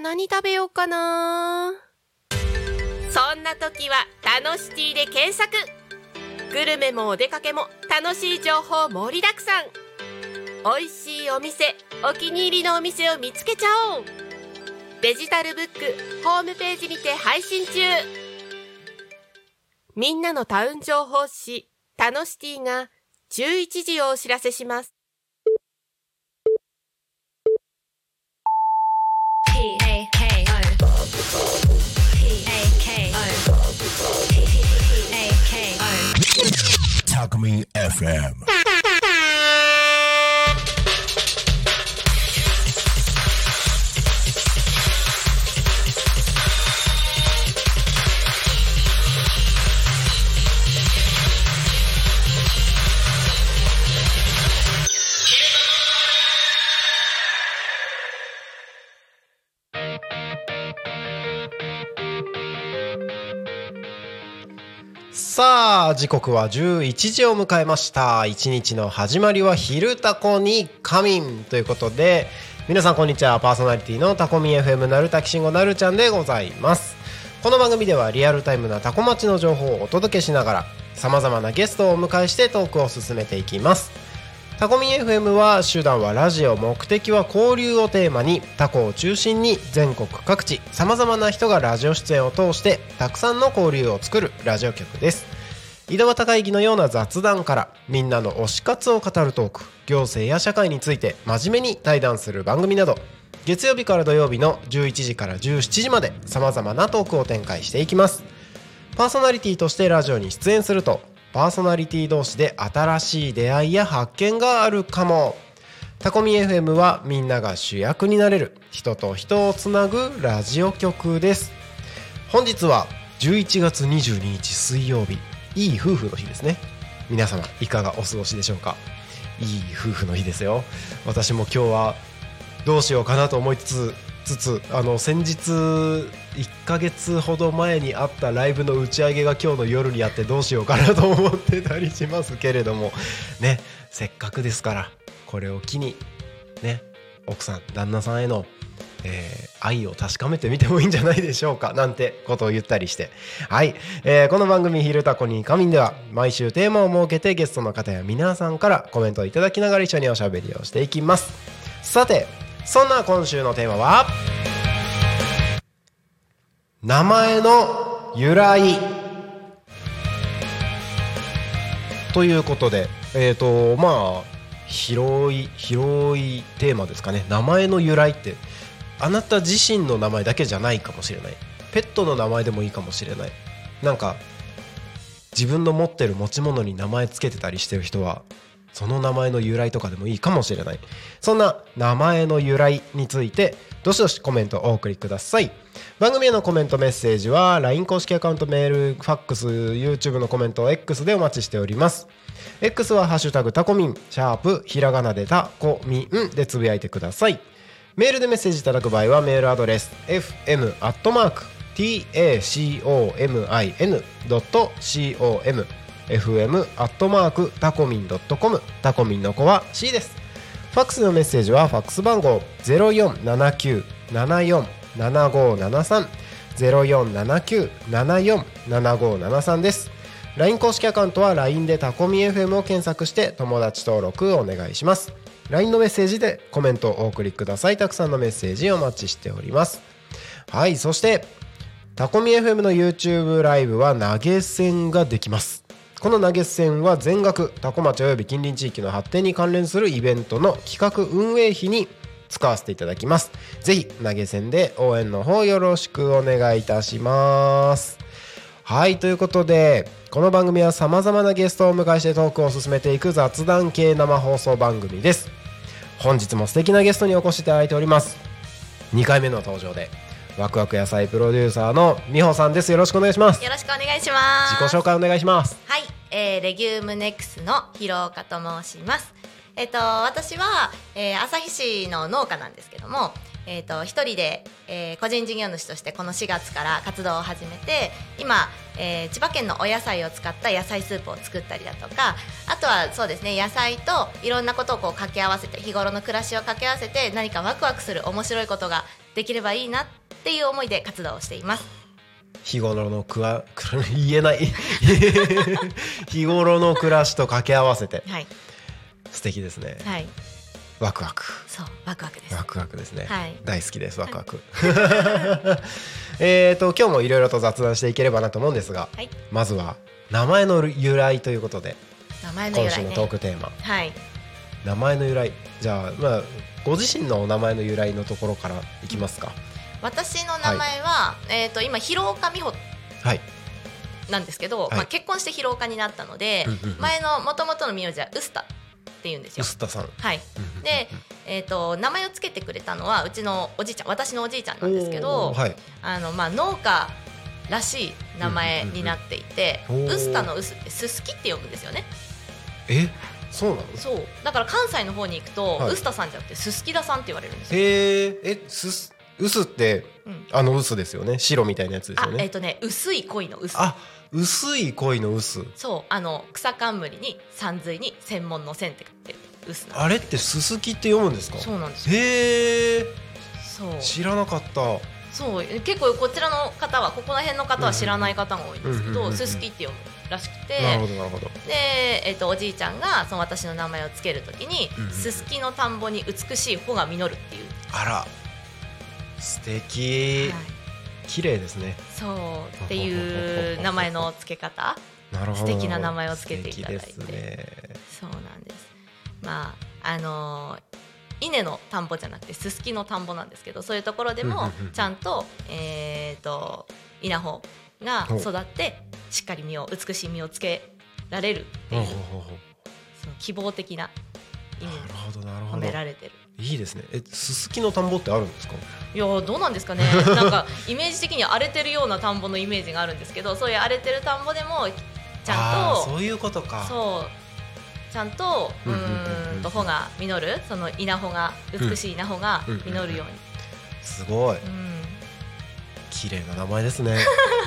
何食べようかな。そんな時はタノシティで検索。グルメもお出かけも楽しい情報盛りだくさん。美味しいお店、お気に入りのお店を見つけちゃおう。デジタルブックホームページにて配信中。みんなのタウン情報誌タノシティが11時をお知らせします。 タコミン FM。さあ時刻は11時を迎えました。一日の始まりは昼タコに仮眠ということで、皆さんこんにちは。パーソナリティのタコミン FM なるたきしんごなるちゃんでございます。この番組ではリアルタイムなタコ町の情報をお届けしながら、さまざまなゲストをお迎えしてトークを進めていきます。タコミン FM は手段はラジオ、目的は交流をテーマに、タコを中心に全国各地さまざまな人がラジオ出演を通してたくさんの交流を作るラジオ局です。井戸端会議のような雑談からみんなの推し活を語るトーク、行政や社会について真面目に対談する番組など、月曜日から土曜日の11時から17時までさまざまなトークを展開していきます。パーソナリティとしてラジオに出演すると、パーソナリティ同士で新しい出会いや発見があるかも。タコミ FM はみんなが主役になれる、人と人をつなぐラジオ局です。本日は11月22日水曜日、いい夫婦の日ですね。皆様いかがお過ごしでしょうか。いい夫婦の日ですよ。私も今日はどうしようかなと思いつつ先日1ヶ月ほど前にあったライブの打ち上げが今日の夜にあって、どうしようかなと思ってたりしますけれどもね、せっかくですからこれを機にね、奥さん旦那さんへの、愛を確かめてみてもいいんじゃないでしょうか、なんてことを言ったりして、はい、この番組昼タコに仮眠では毎週テーマを設けて、ゲストの方や皆さんからコメントをいただきながら一緒におしゃべりをしていきます。さて、そんな今週のテーマは名前の由来ということで、まあ広いテーマですかね。名前の由来ってあなた自身の名前だけじゃないかもしれない。ペットの名前でもいいかもしれない。なんか自分の持ってる持ち物に名前つけてたりしてる人は、その名前の由来とかでもいいかもしれない。そんな名前の由来についてどしどしコメントをお送りください。番組へのコメントメッセージは LINE 公式アカウント、メール、ファックス、 YouTube のコメント、 X でお待ちしております。 X はハッシュタグタコミン、シャープひらがなでタコミンでつぶやいてください。メールでメッセージいただく場合はメールアドレス fm@tacomin.com fm@tacomin.com、 タコミンの子は C です。ファックスのメッセージはファックス番号 0479747573 0479747573 です。 LINE 公式アカウントは LINE でタコミ FM を検索して友達登録お願いします。 LINE のメッセージでコメントをお送りください。たくさんのメッセージお待ちしております。はい、そしてタコミ FM の YouTube ライブは投げ銭ができます。この投げ銭は全額タコ町および近隣地域の発展に関連するイベントの企画運営費に使わせていただきます。ぜひ投げ銭で応援の方よろしくお願いいたします。はい、ということでこの番組はさまざまなゲストをお迎えしてトークを進めていく雑談系生放送番組です。本日も素敵なゲストにお越しいただいております。2回目の登場でワクワク野菜プロデューサーの美穂さんです。よろしくお願いします。 よろしくお願いします。 自己紹介お願いします。 はい、レギュームネックスの広岡と申します。私は、旭市の農家なんですけども、一人で、個人事業主としてこの4月から活動を始めて、今、千葉県のお野菜を使った野菜スープを作ったりだとか、あとはそうですね、野菜といろんなことをこう掛け合わせて、日頃の暮らしを掛け合わせて何かワクワクする面白いことができればいいなっていう思いで活動をしています。 日頃の言えない日頃の暮らしと掛け合わせて、 はい、 素敵ですね。 はい、 ワクワク。 そう、ワクワクです。 ワクワクですね、 はい、 大好きですワクワク、はい、今日もいろいろと雑談していければなと思うんですが、はい、まずは名前の由来ということで、 名前の由来、ね、 今週のトークテーマ、 はい、 名前の由来。じゃあ、まあ、ご自身のお名前の由来のところからいきますか。 私の名前は、今広岡美穂なんですけど、 はい、 結婚して広岡になったので、前の元々の名字はウスタっていうんですよ。 ウスタさん。 はい。で、名前をつけてくれたのはうちのおじいちゃん、私のおじいちゃんなんですけど、 はい、 農家らしい名前になっていて、ウスタのウスってススキって読むんですよね。 そうなの？ そう。だから関西の方に行くと、 はい、 ウスタさんじゃなくてススキダさんって言われるんですよ。 ウスって、ウスですよね。白みたいなやつですよね。 薄い恋のウス。 薄い恋のウス。 そう、草冠に山水に専門の線って書いてウス。 あれってススキって読むんですか？ そうなんですよ。 そう。 知らなかった。 そう、結構こちらの方は、ここら辺の方は知らない方が多いんですけど、ススキって読むらしくて。 なるほどなるほど。 で、おじいちゃんがその私の名前をつけるときに、ススキの田んぼに美しい穂が実るっていう。 あら、素敵、はい、綺麗ですね。 そうっていう名前の付け方素敵な名前をつけていただいて、 素敵ですね。 そうなんです。まあ稲の田んぼじゃなくてススキの田んぼなんですけど、そういうところでもちゃんと稲穂が育ってしっかり美しい実をつけられるっていう、その希望的な意味が込められてる。 いいですね。ススキの田んぼってあるんですか？ いや、どうなんですかね。なんかイメージ的には荒れてるような田んぼのイメージがあるんですけど、そういう荒れてる田んぼでもちゃんと、 そういうことか。そうちゃんと穂が実る、その稲穂が、美しい稲穂が実るように、 すごい、綺麗な名前ですね。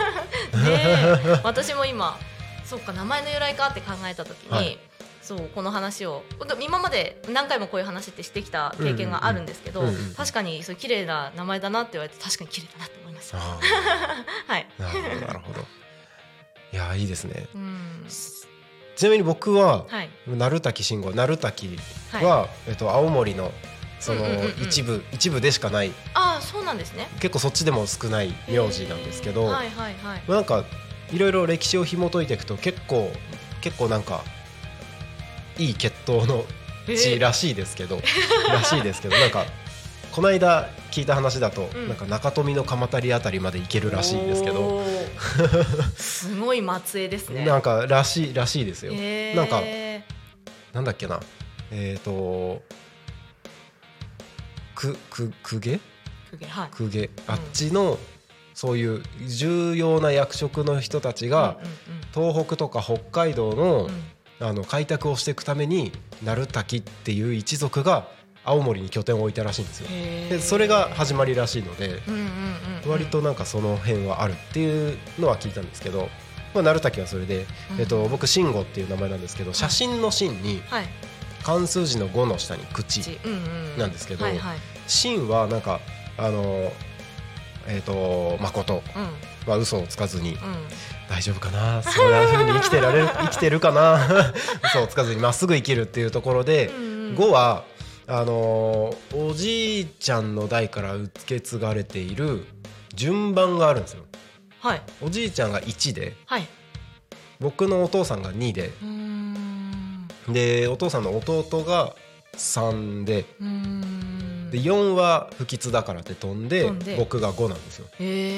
私も今、そっか、名前の由来かって考えたときに、はい、そうこの話を今まで何回もこういう話ってしてきた経験があるんですけど、確かにそう綺麗な名前だなって言われて、確かに綺麗だなって思いました。はい。 なるほどなるほど。いや、いいですね。ちなみに僕は、はい、鳴滝慎吾、鳴滝は、青森のその一部でしかない。 そうなんですね。 結構そっちでも少ない名字なんですけど、なんかいろいろ歴史を紐解いていくと結構なんかいい血統の地らしいですけど、なんかこの間聞いた話だと、なんか中富の鎌足あたりまで行けるらしいんですけど、 すごい末裔ですね。 なんからしいですよ。なんかなんだっけな、公家、あっちのそういう重要な役職の人たちが東北とか北海道の開拓をしていくために鳴滝っていう一族が青森に拠点を置いたらしいんですよ。でそれが始まりらしいので、割となんかその辺はあるっていうのは聞いたんですけど、鳴滝はそれで、僕慎吾っていう名前なんですけど、写真の真に漢数字の5の下に口なんですけど、真はなんか誠は嘘をつかずに、大丈夫かな、そういう風に生きてるかな嘘をつかずにまっすぐ生きるっていうところで、5はおじいちゃんの代から受け継がれている順番があるんですよ。 はい、 おじいちゃんが1で、 はい、 僕のお父さんが2で、お父さんの弟が3で、4は不吉だからって飛んで僕が5なんですよ。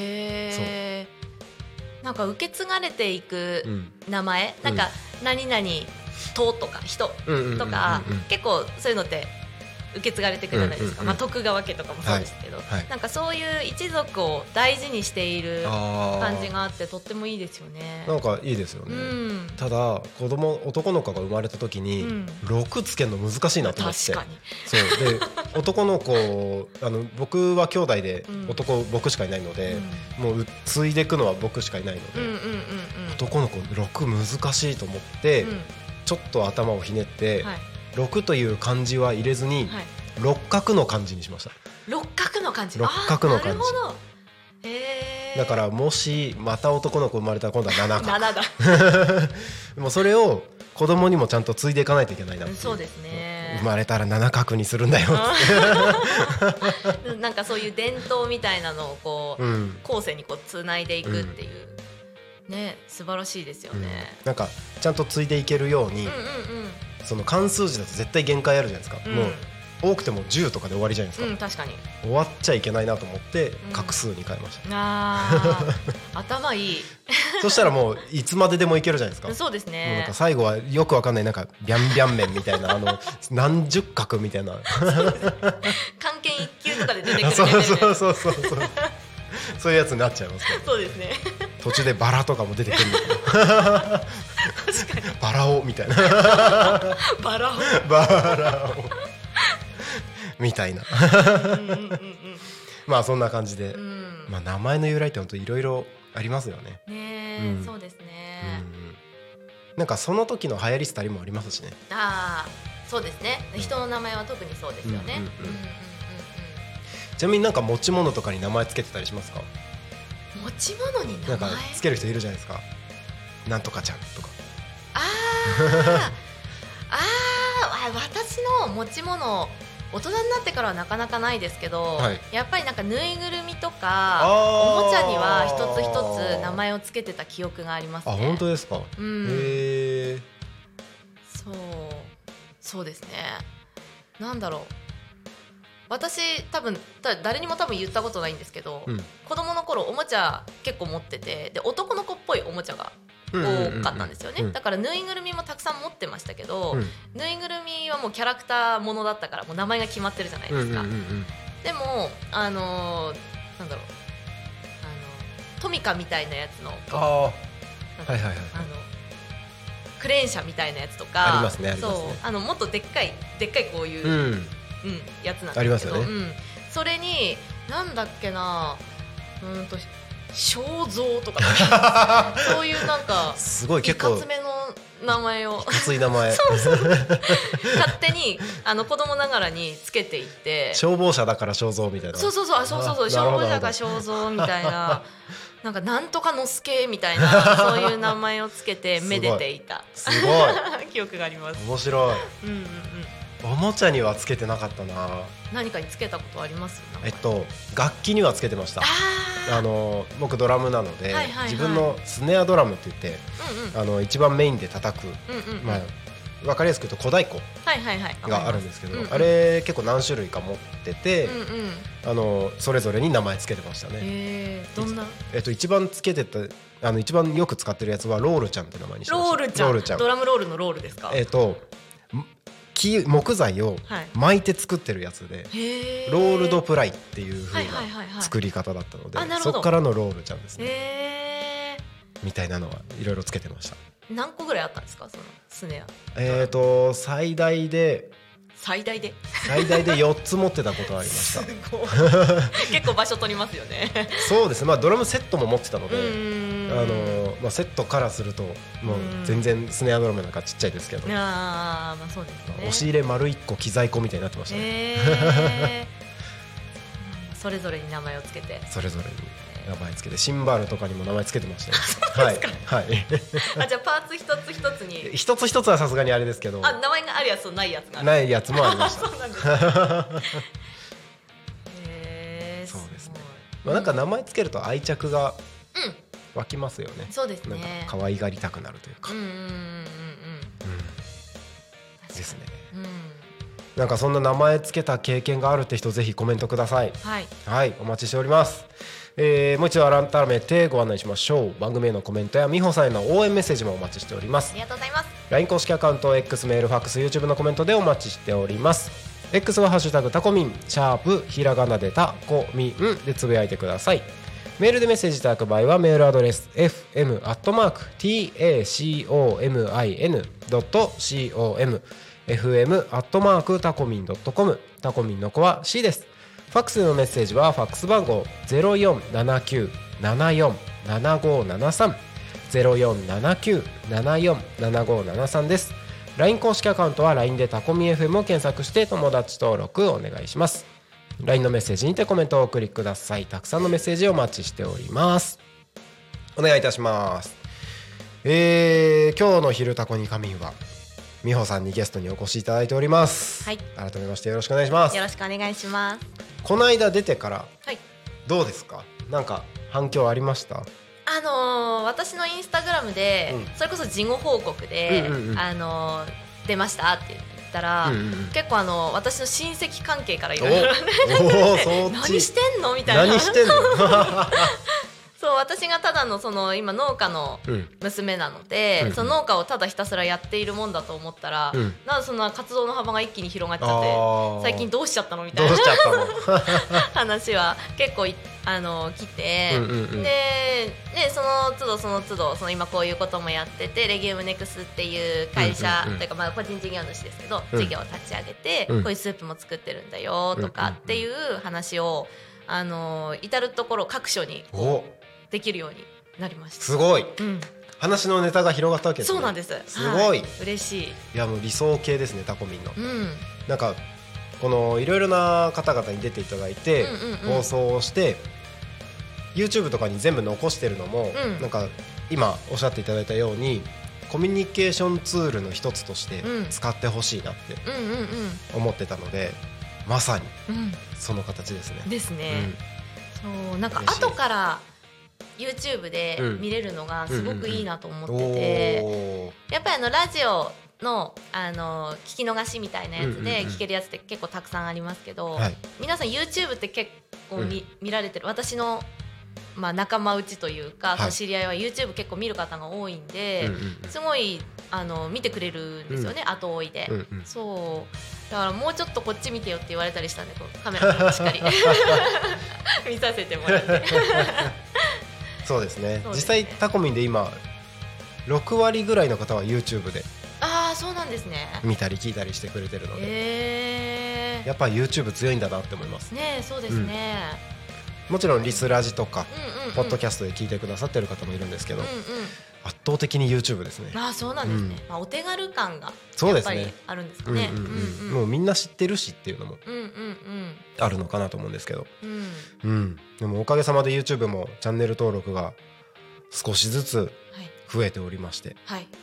なんか受け継がれていく名前、なんか何々党とか人とか、結構そういうのって受け継がれていくじゃないですか。徳川家とかもそうですけど、なんかそういう一族を大事にしている感じがあって、とってもいいですよね。 なんかいいですよね。ただ男の子が生まれた時に6つけるの難しいなと思って。 確かに。 そうで、男の子僕は兄弟で僕しかいないので、もう継いでいくのは僕しかいないので、男の子6難しいと思って、ちょっと頭をひねって、6という漢字は入れずに、六角の漢字にしました。 六角の漢字。 六角の漢字なるほど。 だからもしまた男の子生まれたら今度は七角 7だ。 もうそれを子供にもちゃんと継いでいかないといけないなっていう。 そうですね。 生まれたら七角にするんだよってなんかそういう伝統みたいなのをこう、後世にこうつないでいくっていう、ね、素晴らしいですよね。 なんかちゃんと継いでいけるように、その漢数字だと絶対限界あるじゃないですか、もう多くても10とかで終わりじゃないですか、 確かに終わっちゃいけないなと思って画数に変えました、 頭いいそしたらもういつまででもいけるじゃないですか。 そうですね。 もうなんか最後はよくわかんないなんかビャンビャン麺みたいな何十角みたいな漢検1級とかで出てくるレベルそうそういうやつになっちゃいますけど、 そうですね。 途中でバラとかも出てくるんだけど確かにバラをみたいなバラをみたいなまあそんな感じで、まあ名前の由来って本当いろいろありますよね。 ね、そうですね。 なんかその時の流行り廃りもありますしね。 そうですね。人の名前は特にそうですよね。 ちなみになんか持ち物とかに名前つけてたりしますか？ 持ち物に名前なんかつける人いるじゃないですか。なんとかちゃんとか。 私の持ち物大人になってからはなかなかないですけど、やっぱりなんかぬいぐるみとかおもちゃには一つ一つ名前をつけてた記憶がありますね。 本当ですか？ そうですね。なんだろう、私多分誰にも多分言ったことないんですけど、子供の頃おもちゃ結構持ってて、で男の子っぽいおもちゃが多かったんですよね。だからぬいぐるみもたくさん持ってましたけど、ぬいぐるみはもうキャラクターものだったからもう名前が決まってるじゃないですか。でもなんだろう、トミカみたいなやつのクレーン車みたいなやつとかありますね。 そうもっとでっかいこういう、やつなんですけど、それになんだっけな、肖像とかそういうなんかすごい結構いかつめの名前をきつい名前勝手に子供ながらにつけていって、 消防車だから肖像みたいな、 そう消防車が肖像みたいななんとかのすけみたいなそういう名前をつけてめでていたすごい記憶があります。 面白い。おもちゃにはつけてなかったな。 何かにつけたことあります？ 楽器にはつけてました。僕ドラムなので、自分のスネアドラムって言って、一番メインで叩く、分かりやすく言うと小太鼓があるんですけど、あれ結構何種類か持ってて、それぞれに名前つけてましたね。 どんな？ 一番つけてた一番よく使ってるやつはロールちゃんって名前にしました。 ロールちゃん。ドラムロールのロールですか？ 木材を巻いて作ってるやつで、ロールドプライっていう風な作り方だったので、そこからのロールちゃんですね。みたいなのはいろいろつけてました。 何個ぐらいあったんですか、そのスネア？ 最大で4つ持ってたことがありました。 結構場所取りますよね。 そうですね。ドラムセットも持ってたので、セットからするともう全然スネアドラムなんかちっちゃいですけど、 そうですね。 押し入れ丸1個機材庫みたいになってましたね。 それぞれに名前をつけて、 名前つけて、シンバルとかにも名前つけてましたよ。 じゃあパーツ一つ一つに一つ一つはさすがにあれですけど、 名前があるやつとないやつがある。 ないやつもありました。 そうなんです。 そうですね。なんか名前つけると愛着が湧きますよね。 そうですね。 なんか可愛がりたくなるというか。ですね。なんかそんな名前つけた経験があるって人、ぜひコメントください。はい、お待ちしております。もう一度改めてご案内しましょう。番組へのコメントや美穂さんへの応援メッセージもお待ちしております。 ありがとうございます。 LINE 公式アカウント、X、メール、ファックス、YouTube のコメントでお待ちしております。 X はハッシュタグタコミン、シャープひらがなでタコミンでつぶやいてください。メールでメッセージいただく場合はメールアドレス fm@tacomin.com fm@tacomin.com タコミンの子は C です。ファックスのメッセージはファックス番号 0479747573 0479747573 です。 LINE 公式アカウントは LINE でタコミン FM を検索して友達登録お願いします。 LINE のメッセージにてコメントをお送りください。たくさんのメッセージをお待ちしております。お願いいたします。今日の昼タコに仮眠は美穂さんにゲストにお越しいただいております、 はい、 改めましてよろしくお願いします。 よろしくお願いします。 この間出てからはい、 どうですか？なんか反響ありました？ 私のインスタグラムで、それこそ事後報告で、出ましたって言ったら、結構私の親戚関係からいろいろ何してんのみたいな。 何してんのそう、私がただの今農家の娘なので、その農家をただひたすらやっているもんだと思ったら、なんかそんな活動の幅が一気に広がっちゃって、最近どうしちゃったのみたいな話は結構来て、で、ね、その都度今こういうこともやってて、レギウムネクスっていう会社というか、まあ個人事業主ですけど、事業を立ち上げて、こういうスープも作ってるんだよとかっていう話を至るところ各所にできるようになりました。 すごい、話のネタが広がったわけですね。 そうなんです。 すごい、 嬉しい。 いやもう理想系ですね、タコミンの、なんかこのいろいろな方々に出ていただいて、放送をして YouTube とかに全部残してるのも、なんか今おっしゃっていただいたようにコミュニケーションツールの一つとして使ってほしいなって思ってたので、まさにその形ですね。 ですね、そう、なんか後からYouTube で見れるのがすごくいいなと思ってて、やっぱりラジオの聞き逃しみたいなやつで聞けるやつって結構たくさんありますけど、皆さん YouTube って結構見られてる。私のまあ仲間内というか、その知り合いは YouTube 結構見る方が多いんで、すごい見てくれるんですよね、後追いで。そうだからもうちょっとこっち見てよって言われたりしたんで、こうカメラにしっかり見させてもらってそうですね、実際タコミンで今6割ぐらいの方は YouTube でそうなんですね、 見たり聞いたりしてくれてるので、やっぱり YouTube 強いんだなって思いますね。そうですね、 もちろんリスラジとかポッドキャストで聞いてくださってる方もいるんですけど、圧倒的に YouTube ですね。 そうなんですね、お手軽感がやっぱりあるんですかね。 もうみんな知ってるしっていうのもあるのかなと思うんですけど、でもおかげさまで YouTube もチャンネル登録が少しずつ増えておりまして、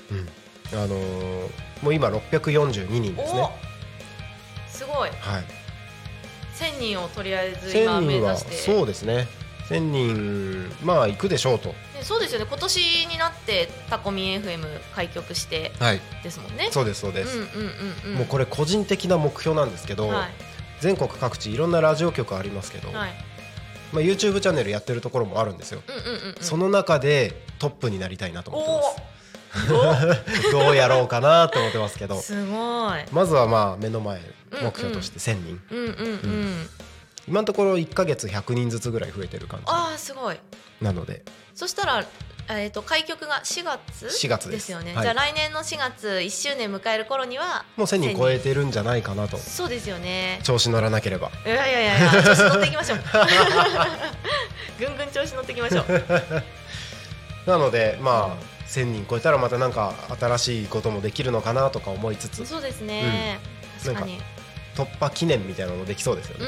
もう今642人ですね。 すごい、1000人をとりあえず今目指して。そうですね、1000人まあ行くでしょうと。 そうですよね、今年になってタコミン FM 開局してですもんね。 そうですそうです。もうこれ個人的な目標なんですけど、全国各地いろんなラジオ局ありますけど、まあ YouTube チャンネルやってるところもあるんですよ。その中でトップになりたいなと思ってます。どうやろうかなと思ってますけど、 すごい。 まずはまあ目の前目標として1000人、今のところ1ヶ月100人ずつぐらい増えてる感じ。 すごい。 なのでそしたら開局が4月ですよね。じゃあ来年の4月1周年迎える頃にはもう1000人超えてるんじゃないかなと。 そうですよね。 調子乗らなければ。 いや調子乗っていきましょうぐんぐん調子乗っていきましょうなのでまあ1000人超えたらまたなんか新しいこともできるのかなとか思いつつ。 そうですね、確かに突破記念みたいなのもできそうですよね。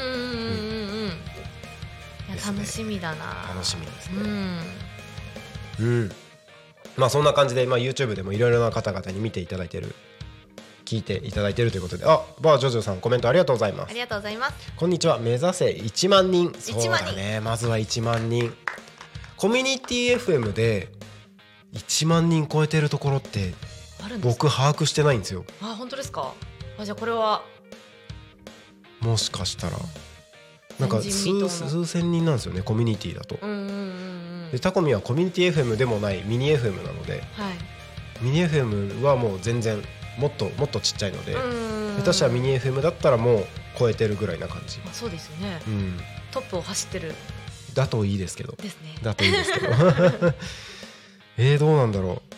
楽しみだな。 楽しみですね。まあそんな感じで、まあ YouTube でもいろいろな方々に見ていただいてる、聞いていただいてるということで、バージョジョさんコメントありがとうございます。 ありがとうございます。 こんにちは、目指せ1万人。そうだね、まずは1万人。コミュニティ FM で1万人超えてるところって僕把握してないんですよ。 本当ですか。じゃあこれはもしかしたらなんか数千人なんですよね、コミュニティだと。でタコミはコミュニティ FM でもないミニ FM なので、ミニ FM はもう全然もっとちっちゃいので、下手したらミニ FM だったらもう超えてるぐらいな感じ。 そうですよね、トップを走ってるだといいですけど。 ですね。 だといいですけどどうなんだろ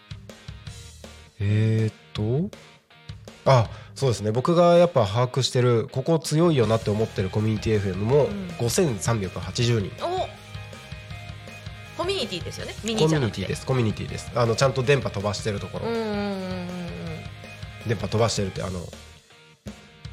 う。そうですね、僕がやっぱ把握してるここ強いよなって思ってるコミュニティ FM も5380人。 コミュニティですよね。ミニじゃなくてコミュニティです。ちゃんと電波飛ばしてるところ。電波飛ばしてるって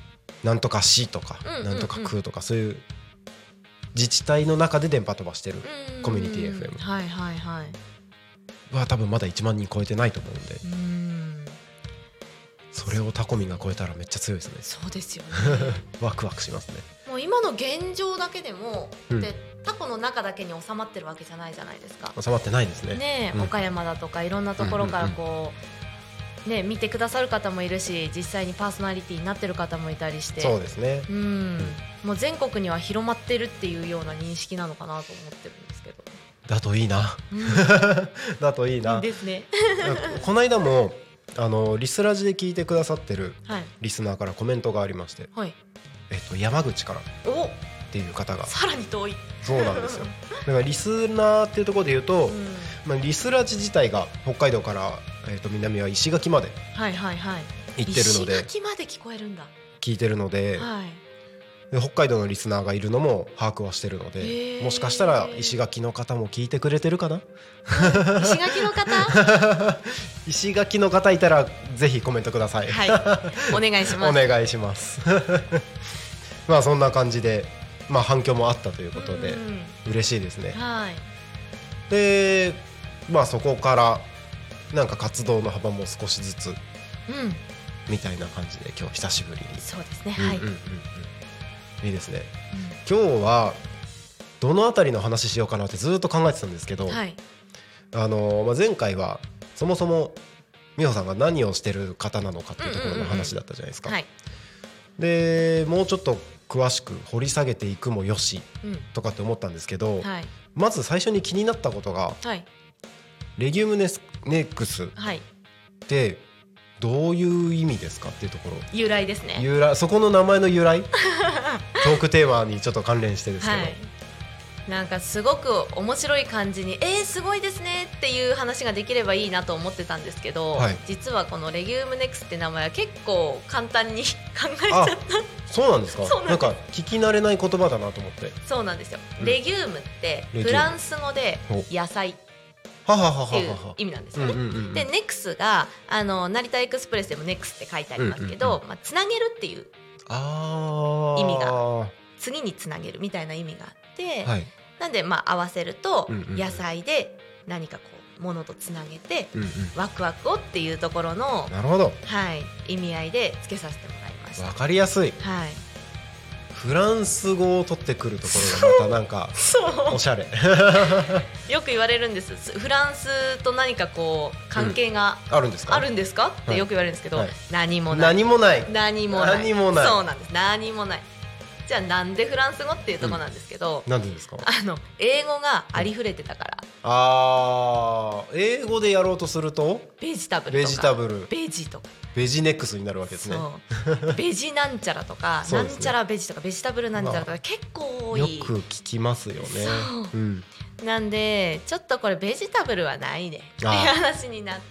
なんとか市とか、なんとか区とかそういう自治体の中で電波飛ばしてるコミュニティ FM はいはいはいは多分まだ1万人超えてないと思うんで、それをタコミンが超えたらめっちゃ強いですね。 そうですよねワクワクしますね。 もう今の現状だけでも、でタコの中だけに収まってるわけじゃないじゃないですか。 収まってないですね。 ねえ、岡山だとかいろんなところからこう、ね、見てくださる方もいるし、実際にパーソナリティになってる方もいたりして、 そうですね。 もう全国には広まってるっていうような認識なのかなと思ってるんですけど。 だといいな、だといいなですねこの間もリスラジで聞いてくださってるはいリスナーからコメントがありまして、 はい、 山口からっおていう方が、 さらに遠いそうなんですよ。だからリスナーっていうところで言うと、リスラジ自体が北海道から、南は石垣まではいはいはい行ってるので、 石垣まで聞こえるんだ。 聞いてるので、で北海道のリスナーがいるのも把握はしてるので、もしかしたら石垣の方も聞いてくれてるかな。 石垣の方石垣の方いたらぜひコメントください。 はい、お願いします。 お願いしますまあそんな感じで、反響もあったということで嬉しいですね。 はい。 でそこからなんか活動の幅も少しずつみたいな感じで今日久しぶりに。 そうですね。はい。 いいですね。今日はどのあたりの話しようかなってずっと考えてたんですけど、 はい、 前回はそもそも美穂さんが何をしてる方なのかっていうところの話だったじゃないですか。でもうちょっと詳しく掘り下げていくもよしとかって思ったんですけど、まず最初に気になったことが、レギウムネックスってどういう意味ですかっていうところ。 由来ですね。 そこの名前の由来トークテーマにちょっと関連してですけど、 なんかすごく面白い感じにすごいですねっていう話ができればいいなと思ってたんですけど、実はこのレギウムネックスって名前は結構簡単に考えちゃった。 そうなんですか。なんか聞き慣れない言葉だなと思って。 そうなんですよ。レギウムってフランス語で野菜っていう意味なんですよね。でネクスが成田エクスプレスでもネクスって書いてありますけど、つなげるっていう意味が、次につなげるみたいな意味があって、なんで合わせると野菜で何かこうものとつなげてワクワクをっていうところの、 なるほど、 意味合いでつけさせてもらいました。 わかりやすい。フランス語を取ってくるところがまたなんかおしゃれよく言われるんです。フランスと何かこう関係があるんですかってよく言われるんですけど、何もない。そうなんです。何もない。じゃあなんでフランス語っていうところなんですけど、 なんでですか。 英語がありふれてたから。 英語でやろうとするとベジタブルとかベジとかベジネックスになるわけですね。 ベジなんちゃらとかなんちゃらベジとかベジタブルなんちゃらとか結構多い。 よく聞きますよね。 なんでちょっとこれベジタブルはないねっていう話になって、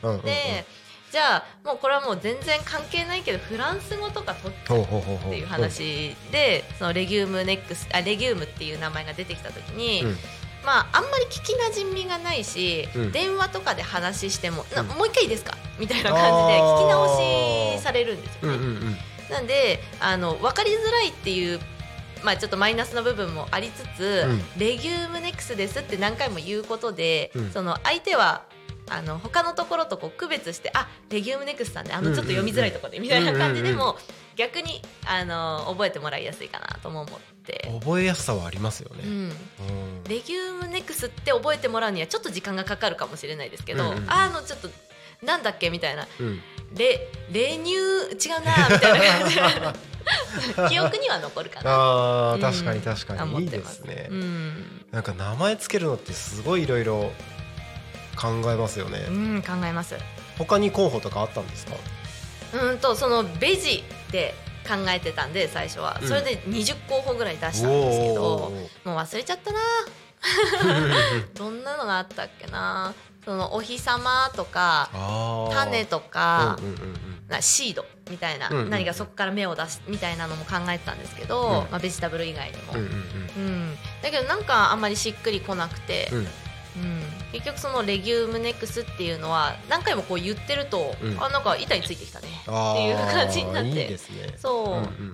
じゃあもうこれはもう全然関係ないけどフランス語とか取ってっていう話で、そのレギウムっていう名前が出てきた時に、あんまり聞きなじみがないし、電話とかで話してももう一回いいですかみたいな感じで聞き直しされるんですよね。なんで分かりづらいっていうちょっとマイナスの部分もありつつ、レギウムネックスですって何回も言うことで、その相手は他のところとこう区別して、レギウムネクスさんでちょっと読みづらいところでみたいな感じでも逆に覚えてもらいやすいかなとも思って。 覚えやすさはありますよね。 レギウムネクスって覚えてもらうにはちょっと時間がかかるかもしれないですけど、ちょっとなんだっけみたいな、レニュー違うなみたいな感じで記憶には残るかな。 確かに確かにいいですね。なんか名前つけるのってすごいいろいろ考えますよね。 考えます。 他に候補とかあったんですか。 そのベジで考えてたんで最初は、それで20候補ぐらい出したんですけど、もう忘れちゃったなどんなのがあったっけな。そのお日様とか種とか、シードみたいな、何かそこから芽を出すみたいなのも考えてたんですけど、ベジタブル以外にも、だけどなんかあんまりしっくりこなくて、結局そのレギウムネックスっていうのは何回もこう言ってると、なんか板についてきたねっていう感じになって。 いいですね。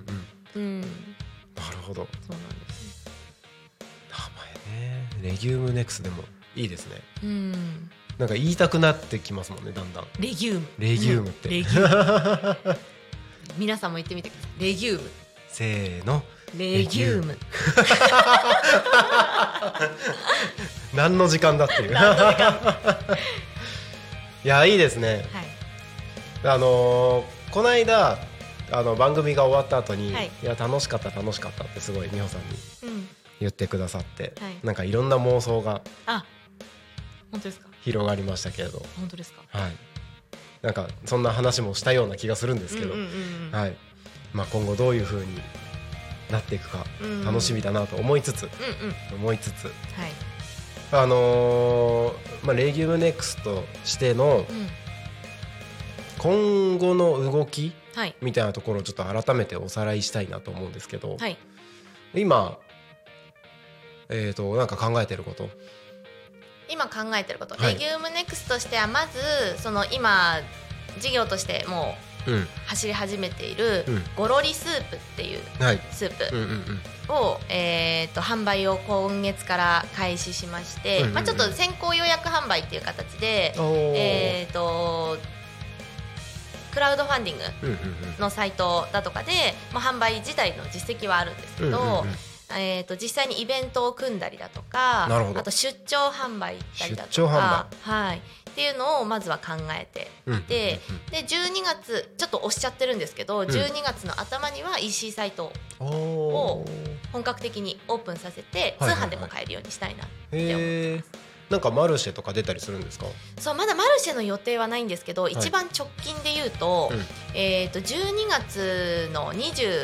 うんなるほど。 そうなんです名前ね、レギュームネクスでもいいですね。 うんなんか言いたくなってきますもんね、だんだん。 レギュームレギュームって、 レギューム皆さんも言ってみてください。レギュームせーの、 レギューム何の時間だっていういや、いいですね。 はいこの間番組が終わった後に、 はいいや楽しかったってすごい美穂さんにうん言ってくださって、 はいなんかいろんな妄想があ本当ですか広がりましたけれど、 本当ですかはい、なんかそんな話もしたような気がするんですけど、 うんうんうんうんはい、まあ、今後どういう風になっていくかうん楽しみだなと思いつつ、 うんうんはい、まあ、レギュムネクスとしてのうん今後の動きはいみたいなところをちょっと改めておさらいしたいなと思うんですけど、 はい今なんか考えてること、 今考えてること、 はいレギュームネクスとしてはまずその今事業としてもうんう走り始めているうんゴロリスープっていうはい、 スープうんうんうんを、販売を今月から開始しまして、 うんうんうんまあ、ちょっと先行予約販売っていう形で、 おークラウドファンディングうんうんのサイトだとかで、まあ、販売自体の実績はあるんですけど、 うんうんうん実際にイベントを組んだりだとか、 なるほどあと出張販売したりだ出張販とか、はい、っていうのをまずは考えてうんいて、で12月ちょっと押しちゃってるんですけど、 ん 12月の頭には EC サイトおをー本格的にオープンさせて通はいはいはい販でも買えるようにしたいなって思う、 へーなんかマルシェとか出たりするんですか？ そうまだマルシェの予定はないんですけど、一番直近で言うと、 うん 12月の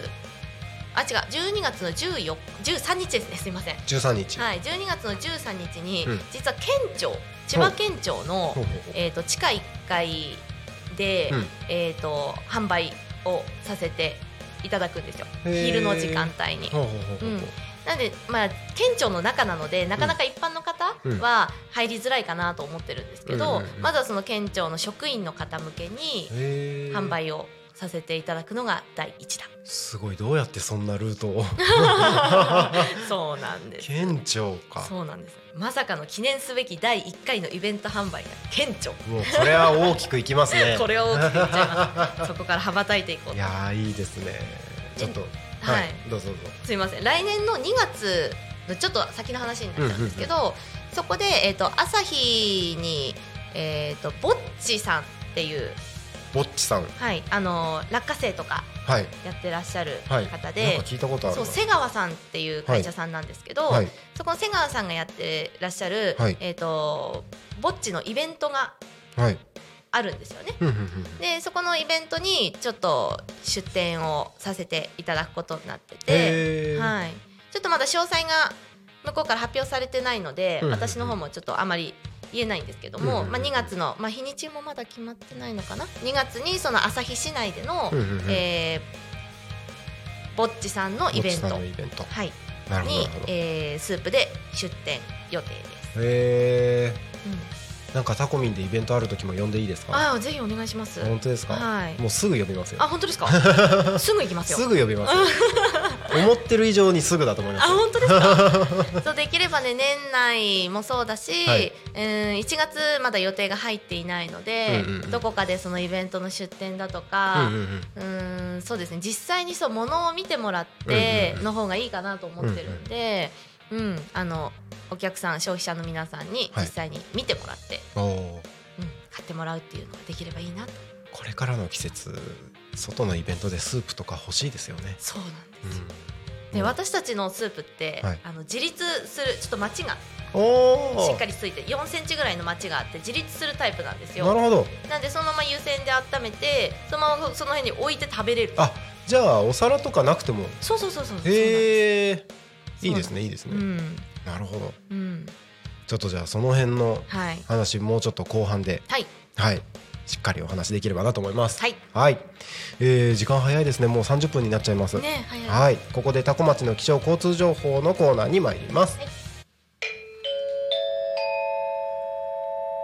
12月の13日ですね、すいません、 13日、 はい、12月の13日に、 うん実は千葉県庁の、 ほうほうほう地下1階で、 うん販売をさせていただくんですよ、 へー昼の時間帯に。 ほうほうほうほううんなんで、まあ、県庁の中なのでなかなか一般の方は入りづらいかなと思ってるんですけど、 うんうんうんまずはその県庁の職員の方向けにへー販売をさせていただくのが第一弾。 すごい、どうやってそんなルートをそうなんです。 県庁か、 そうなんです。まさかの記念すべき第1回のイベント販売が県庁。 もうこれは大きくいきますねこれを大きく言っちゃいます。そこから羽ばたいていこうと。 いやーいいですね。ちょっとはいどうぞどうぞ。 すいません、来年の2月のちょっと先の話になっちゃうんですけど、そこで、朝日に、ぼっちさんっていう、 ぼっちさん、 はい、落花生とかはいやってらっしゃるはい、 方で、 なんか聞いたことあるな。 そう瀬川さんっていう会社さんなんですけど、 はいそこの瀬川さんがやってらっしゃる、 はいぼっちのイベントがはい。 あるんですよね。 うんうんうんでそこのイベントにちょっと出展をさせていただくことになってて、 へーはい、ちょっとまだ詳細が向こうから発表されてないので、 うん私の方もちょっとあまり言えないんですけども、 うんまあ、2月の、まあ、日にちもまだ決まってないのかな、2月にその旭市内での、 うんうんうんぼっちさんのイベント、 ぼっちさんのイベント。 はい、 なるほどなにるほど。 スープで出店予定です。 へうんーなんかタコミンでイベントある時も呼んでいいですか？ ああぜひお願いします。 本当ですか？ はい、 もうすぐ呼びますよ。 あ本当ですかすぐ行きますよ。 すぐ呼びますよ。思ってる以上にすぐだと思いますよ。 あ本当ですかそうできればね、年内もそうだし、 はい 1月まだ予定が入っていないので、 うんうんうんどこかでそのイベントの出店だとうんか、 うんそうですね、実際にそう物を見てもらってうんうんうんの方がいいかなと思ってるんで、お客さん消費者の皆さんにはい実際に見てもらって、 うん。おー買ってもらうっていうのができればいいなと。 これからの季節、外のイベントでスープとか欲しいですよね。 そうなんですよ、 うんで私たちのスープって、 はい自立するちょっと町がおーしっかりついて4センチぐらいの町があって自立するタイプなんですよ。 なるほど。 なんでそのまま湯煎で温めてそのままその辺に置いて食べれる。 あ、じゃあお皿とかなくても。 そうそうへえ。 そういいですね、いいですね。 うんなるほど。 うんちょっとじゃあその辺のはい話もうちょっと後半で、 はいはい、しっかりお話できればなと思います。 はいはい。時間早いですね。もう30分になっちゃいます。 ねはいはい。ここで多古町の気象交通情報のコーナーに参ります。 はい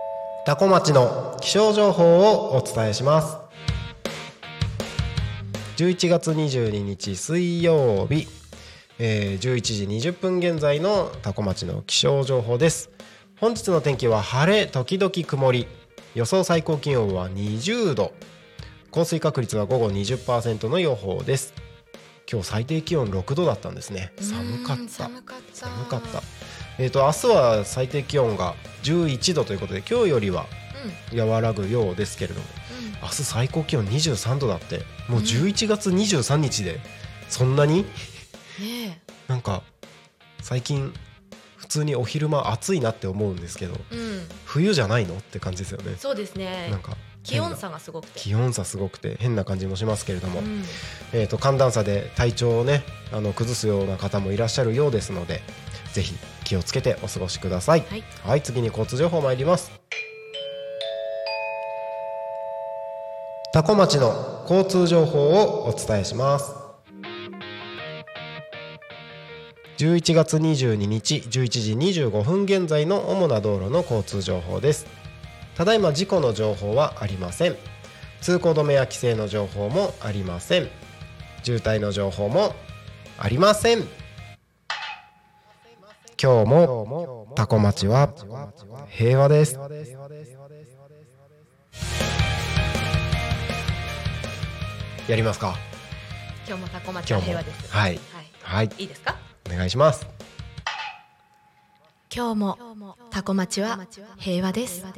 多古町の気象情報をお伝えします。 11月22日水曜日、11時20分現在の多古町の気象情報です。本日の天気は晴れ時々曇り、予想最高気温は20度、降水確率は午後 20% の予報です。今日最低気温6度だったんですね。寒かった。明日は最低気温が11度ということで今日よりは和らぐようですけれども、明日最高気温23度だって、もう11月23日でそんなに、なんか最近普通にお昼間暑いなって思うんですけど、冬じゃないのって感じですよね。 そうですね。 なんか気温差がすごくて変な感じもしますけれども、寒暖差で体調をね崩すような方もいらっしゃるようですので、ぜひ気をつけてお過ごしください。はい、次に交通情報参ります。多古町の交通情報をお伝えします。11月22日11時25分現在の主な道路の交通情報です。ただいま事故の情報はありません。通行止めや規制の情報もありません。渋滞の情報もありません。今日も多古町は平和です。やりますか。 今日も多古町は平和です。 はい、 いいですか。 お願いします。 今日も多古町は平和です。 やっ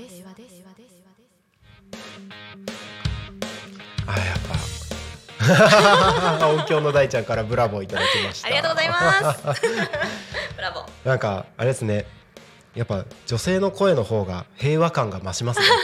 ぱ音響の大ちゃんからブラボーいただきました。 ありがとうございますブラボー。 なんかあれですね、やっぱ女性の声の方が平和感が増しますね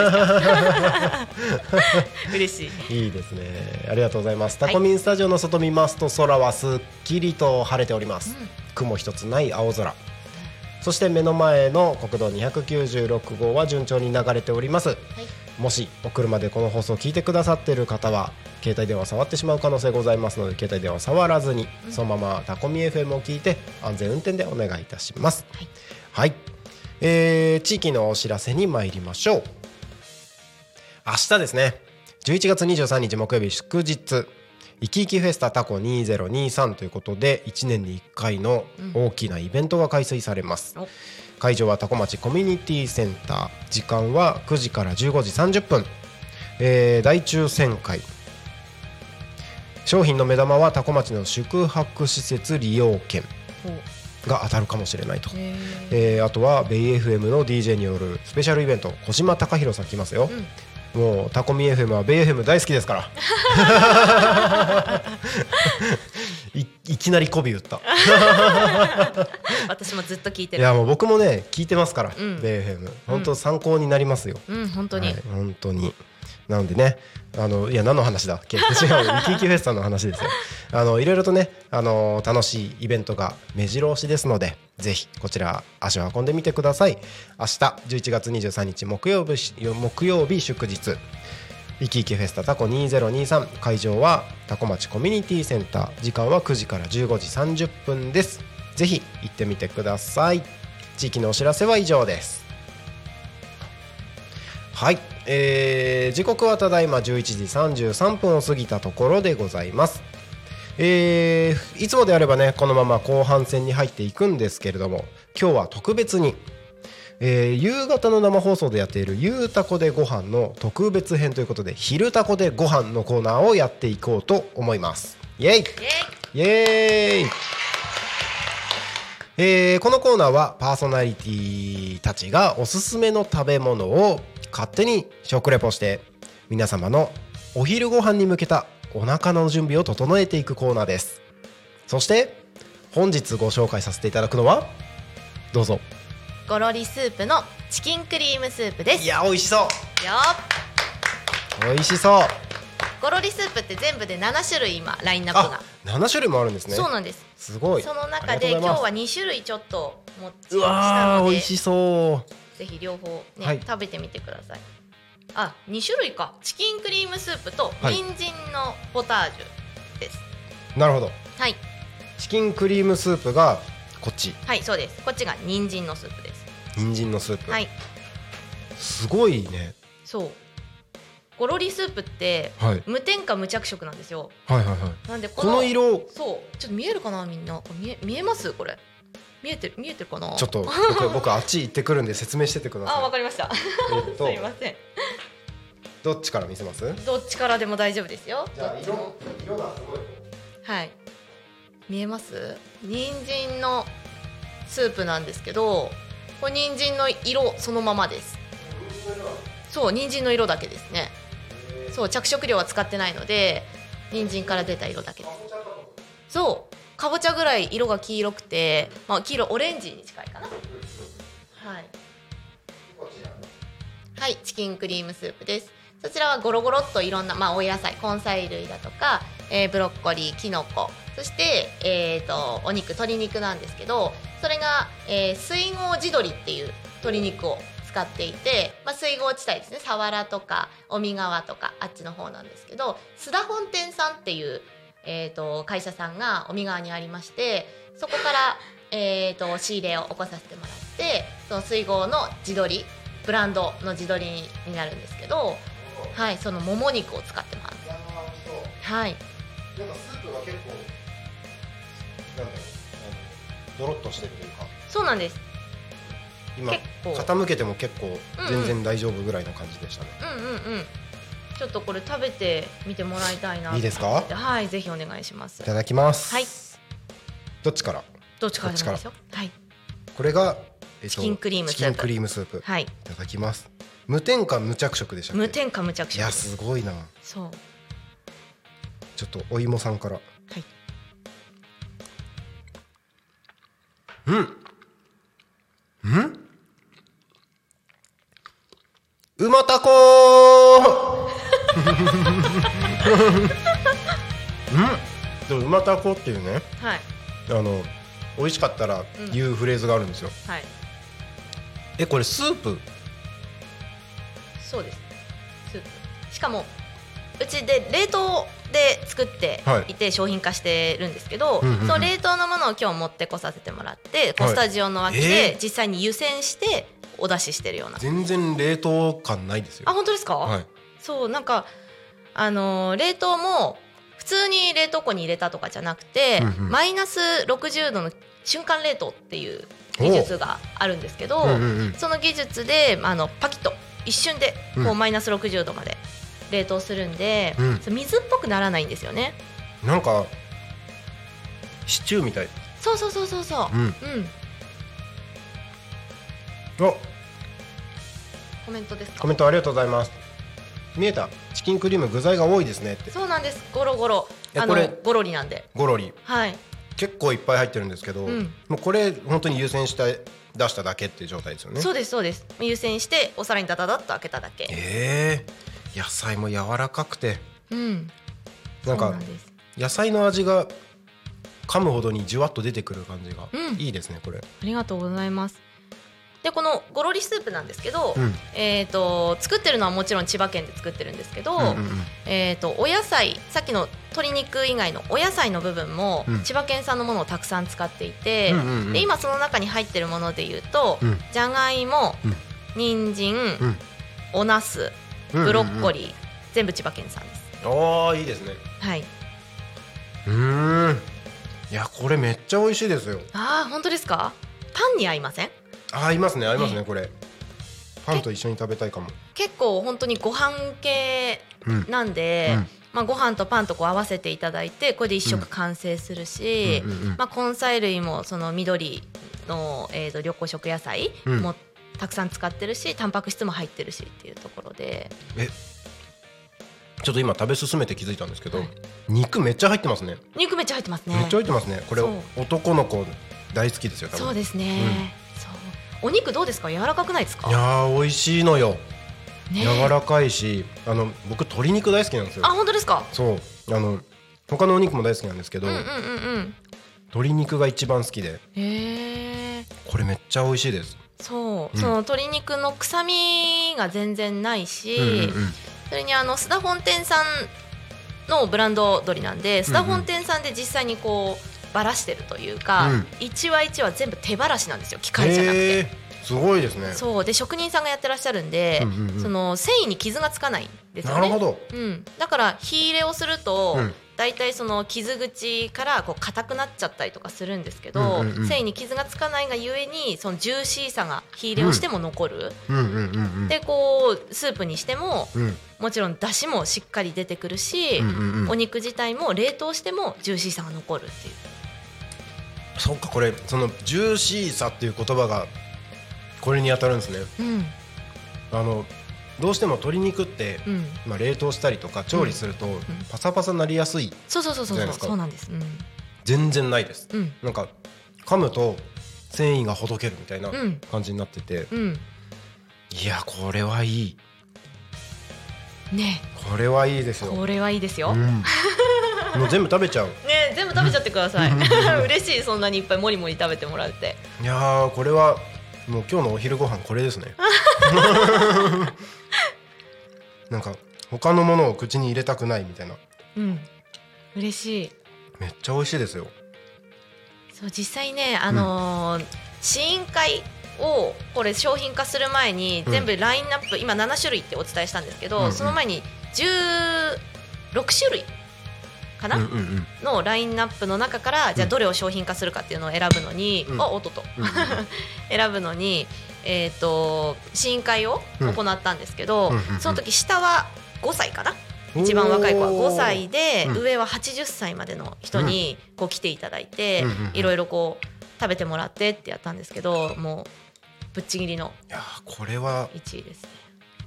嬉しい。 いいですね、ありがとうございます。タコミンスタジオの外見ますと、空はすっきりと晴れております。雲一つない青空、そして目の前の国道296号は順調に流れております。もしお車でこの放送を聞いてくださっている方は携帯電話を触ってしまう可能性ございますので、携帯電話を触らずにそのままタコミ FM を聞いて安全運転でお願いいたします。はい、地域のお知らせに参りましょう。明日ですね、11月23日木曜日祝日、いきいきフェスタタコ2023ということで1年に1回の大きなイベントが開催されます。会場は多古町コミュニティセンター、時間は9時から15時30分、大抽選会、商品の目玉は多古町の宿泊施設利用券が当たるかもしれないと、あとはベイ FM の DJ によるスペシャルイベント、小島貴弘さん来ますよ。もうタコミ FM はベイ FM 大好きですからいきなり媚び打った私もずっと聞いてる。 いやもう僕もね聞いてますから、ベイ FM 本当参考になりますよ。 本当に、 本当に。なのでね、いや何の話だ違う、イキイキフェスタの話ですよ。いろいろとね、楽しいイベントが目白押しですので、ぜひこちら足を運んでみてください。明日11月23日木曜日祝日、イキイキフェスタタコ2023、会場はタコ町コミュニティセンター、時間は9時から15時30分です。ぜひ行ってみてください。地域のお知らせは以上です。はい、時刻はただいま11時33分を過ぎたところでございます。いつもであればねこのまま後半戦に入っていくんですけれども、今日は特別に、夕方の生放送でやっているゆうたこでご飯の特別編ということで、昼たこでご飯のコーナーをやっていこうと思います。イエイイエーイ。このコーナーはパーソナリティたちがおすすめの食べ物を勝手に食レポして皆様のお昼ご飯に向けたお腹の準備を整えていくコーナーです。そして本日ご紹介させていただくのは、どうぞ。 ゴロリスープのチキンクリームスープです。 いや美味しそうよ。 美味しそう。 ゴロリスープって全部で7種類今ラインナップが 7種類もあるんですね。 そうなんです。 すごい。 その中で今日は2種類ちょっと持ちましたうわので、 美味しそう。 ぜひ両方ね、 はい、 食べてみてください。あ、2種類か。チキンクリームスープと人参のポタージュです。 なるほど。 はい。 チキンクリームスープがこっち。 はい、そうです。こっちが人参のスープです。 人参のスープ。 はい。 すごいね。 そう。 ゴロリスープってはい無添加無着色なんですよ。 はいはいはい。 なんでこの色そうちょっと見えるかな、みんな見えますこれ、見えてるかな。 ちょっと僕あっち行ってくるんで説明しててください。 あ、わかりましたすいません、 どっちから見せます？ どっちからでも大丈夫ですよ。 じゃあ色がすごい。 はい、見えます？人参のスープなんですけど、これ人参の色そのままです。そう、人参の色だけですね。そう着色料は使ってないので人参から出た色だけです。そうかぼちゃぐらい色が黄色くて、まあ、黄色オレンジに近いかな。はい、はい、チキンクリームスープです。そちらはゴロゴロっといろんな、まあ、お野菜根菜類だとか、ブロッコリー、キノコ、そして、お肉、鶏肉なんですけど、それが、水郷地鶏っていう鶏肉を使っていて、まあ、水郷地帯ですね、佐原とか小見川とかあっちの方なんですけど、須田本店さんっていう、会社さんが小見川にありまして、そこから、仕入れを起こさせてもらって、その水郷の地鶏ブランドの地鶏になるんですけど、はい、そのもも肉を使ってます。はい。 なんかスープが結構なんだろう、ドロッとしてるというか。 そうなんです。 今結構傾けても結構全然大丈夫ぐらいの感じでしたね。 ちょっとこれ食べてみてもらいたいなと思って。 いいですか？ はい、ぜひお願いします。 いただきます。 はい。 どっちから？ どっちからでもいいですよ。はい。 これが、 チキンクリームスープ。 チキンクリームスープ。 はい。 いただきます。無添加無着色でしたっけ？ 無添加無着色。 いやすごいな。 そう。 ちょっとお芋さんから。はい。うまたこーうまたこっていうね、 はい、 美味しかったら言うフレーズがあるんですよ。 はい、 これスープ？ そうです。スープ。しかもうちで冷凍で作っていて商品化してるんですけど、その冷凍のものを今日持ってこさせてもらって、スタジオの脇で実際に湯煎してお出ししてるような。 全然冷凍感ないですよ。 あ、本当ですか？ はい。 そうなんか冷凍も普通に冷凍庫に入れたとかじゃなくて、マイナス60度の瞬間冷凍っていう技術があるんですけど、その技術でパキッと一瞬でこうマイナス60度まで冷凍するんで、水っぽくならないんですよね。 なんかシチューみたい。 そう。コメントですか？ コメントありがとうございます。見えた。チキンクリーム具材が多いですねって。 そうなんです。ゴロゴロ。 これゴロリなんで。 ゴロリ。 はい。 結構いっぱい入ってるんですけど、もうこれ本当に湯煎して出しただけっていう状態ですよね。 そうです。湯煎してお皿にダダダッと開けただけ。 野菜も柔らかくて、 なんか野菜の味が噛むほどにじゅわっと出てくる感じがいいですね、これ。 ありがとうございます。でこのゴロリスープなんですけど、作ってるのはもちろん千葉県で作ってるんですけど、お野菜、さっきの鶏肉以外のお野菜の部分も千葉県産のものをたくさん使っていて、で今その中に入ってるものでいうと、じゃがいも、人参、お茄子、ブロッコリー、全部千葉県産です。 いいですね。 はい。 いやこれめっちゃ美味しいですよ。 本当ですか？パンに合いません？ 合いますねこれ。パンと一緒に食べたいかも。 結構本当にご飯系なんで、ご飯とパンとこう合わせていただいて、これで一食完成するし、根菜類もその緑の、緑黄色野菜もたくさん使ってるし、タンパク質も入ってるしっていうところで。 ちょっと今食べ進めて気づいたんですけど、肉めっちゃ入ってますね。 肉めっちゃ入ってますね。 めっちゃ入ってますね。これ男の子大好きですよ多分。 そうですね。お肉どうですか？柔らかくないですか？ いや美味しいのよ。柔らかいし、僕鶏肉大好きなんですよ。 本当ですか？ そう、他のお肉も大好きなんですけど、鶏肉が一番好きで。これめっちゃ美味しいです。 その鶏肉の臭みが全然ないし、それに須田本店さんのブランド鶏なんで、須田本店さんで実際にこうばらしてるというか、一話一話全部手ばらしなんですよ、機械じゃなくて。 すごいですね。 そうで職人さんがやってらっしゃるんで、その繊維に傷がつかないですよね。 なるほど。 だから火入れをすると、 うんだいたいその傷口からこう硬くなっちゃったりとかするんですけど、繊維に傷がつかないがゆえにそのジューシーさが火入れをしても残る、でこうスープにしても、もちろん出汁もしっかり出てくるし、お肉自体も冷凍してもジューシーさが残るっていう。 そっか、これそのジューシーさっていう言葉がこれに当たるんですね。どうしても鶏肉って、冷凍したりとか調理するとパサパサになりやすい。 そうなんです。 全然ないです。なんか噛むと繊維がほどけるみたいな感じになってて、いやこれはいいね。 これはいいですよ。 これはいいですよ。 もう全部食べちゃう。 ね、全部食べちゃってください。嬉しい、そんなにいっぱいもりもり食べてもらって。 いやー、これはもう今日のお昼ご飯これですね。なんか他のものを口に入れたくないみたいな。 嬉しい。 めっちゃ美味しいですよ。 そう実際ね、試飲会をこれ商品化する前に全部ラインナップ、今7種類ってお伝えしたんですけど、その前に16種類かな、のラインナップの中からじゃあどれを商品化するかっていうのを選ぶのに、選ぶのに試飲会を行ったんですけど、その時下は5歳かな、一番若い子は5歳で、上は80歳までの人にこう来ていただいて、いろいろこう食べてもらってってやったんですけど、もうぶっちぎりのいやこれは 1位ですね。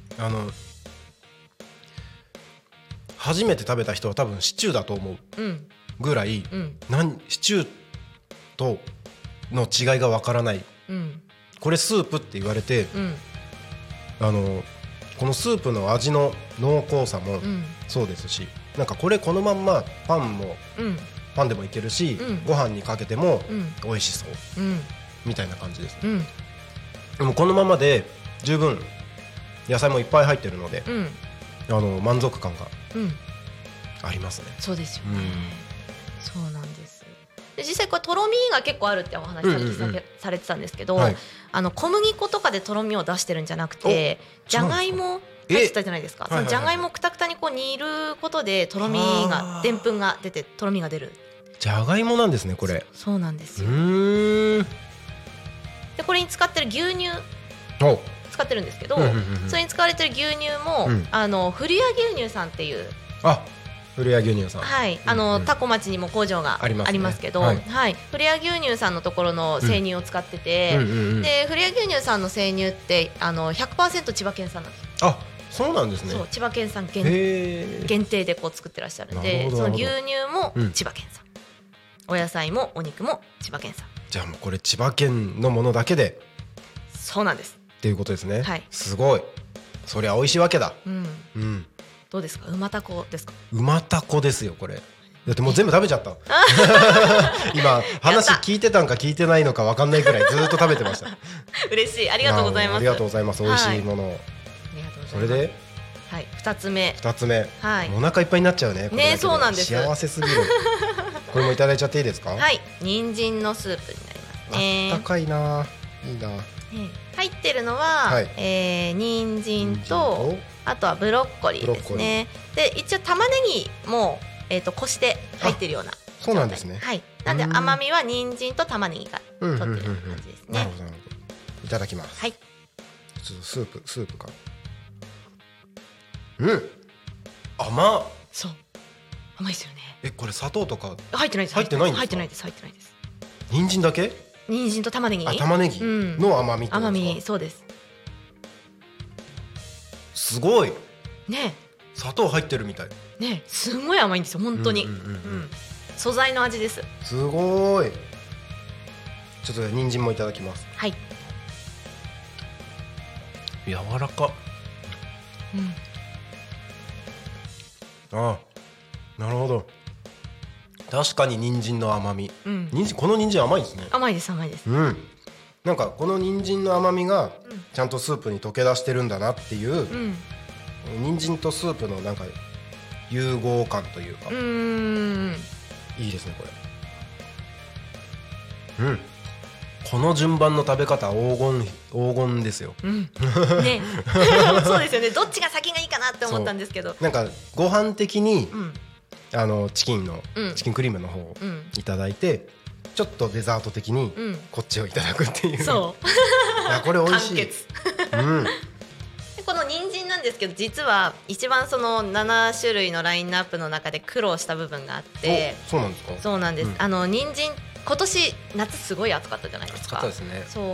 初めて食べた人は多分シチューだと思うぐらい、シチューとの違いがわからない、これスープって言われて、このスープの味の濃厚さもそうですし、なんかこれこのまんまパンでもいけるし、ご飯にかけても美味しそう、みたいな感じです、でもこのままで十分野菜もいっぱい入ってるので、満足感がありますね。 そうですよね、そうなんです。で実際これとろみが結構あるってお話されてたんですけど、小麦粉とかでとろみを出してるんじゃなくて、じゃがいも入ってたじゃないですか。そのじゃがいもをくたくたにこう煮ることでとろみがでんぷんが出てとろみが出る。 じゃがいもなんですねこれ。 そうなんですよ。でこれに使ってる牛乳使ってるんですけど、それに使われてる牛乳も、古谷牛乳さんっていう、 古谷牛乳さん、 はい、多古町にも工場がありますけど、古谷牛乳さんのところの生乳を使ってて、で古谷牛乳さんの生乳って100% 千葉県産なんです。 そうなんですね。 そう、千葉県産限定でこう作ってらっしゃるんで、その牛乳も千葉県産、お野菜もお肉も千葉県産。 じゃあもうこれ千葉県のものだけで。 そうなんですっていうことですね。 はい、すごい。そりゃ美味しいわけだ。 どうですか、馬タコですか。 馬タコですよこれ。だってもう全部食べちゃった。今話聞いてたんか聞いてないのか分かんないくらいずっと食べてました。 嬉しい、ありがとうございます。 ありがとうございます。美味しいものを。それで 2つ目、 お腹いっぱいになっちゃうね。 ね、そうなんです。 幸せすぎる。これもいただいちゃっていいですか。 はい、人参のスープになりますね。 あったかいな、いいな。 入ってるのは人参と、あとはブロッコリーですね。で一応玉ねぎもこして入ってるような。 そうなんですね。 はい、なんで甘みは人参と玉ねぎが取ってる感じですね。 なるほど。いただきます。 はい。 ちょっとスープか。甘っ。 そう、甘いですよね。 これ砂糖とか入ってないです。 入ってないんですか。 入ってないです。入ってないです。 人参だけ？ 人参と玉ねぎ。 玉ねぎの甘みってことですか。甘み、 そうです。 すごいね。 砂糖入ってるみたいね。すごい甘いんですよ本当に。素材の味です。 すごい。ちょっと人参もいただきます。 はい。 柔らか。なるほど。確かに人参の甘み、この人参甘いですね。 甘いです、甘いです。 なんかこの人参の甘みがちゃんとスープに溶け出してるんだなっていう、人参とスープのなんか融合感というか、いいですねこれ。 この順番の食べ方黄金ですよ。 ねそうですよね。どっちが先がいいかなって思ったんですけど、 なんかご飯的に、チキンクリームの方をいただいて、ちょっとデザート的にこっちをいただくっていう、 そういやこれ美味しい。 完結でこの人参なんですけど、実は一番その7種類のラインナップの中で苦労した部分があって。 そうなんですか。 そうなんです、人参今年夏すごい暑かったじゃないですか。 暑かったですね。 そう、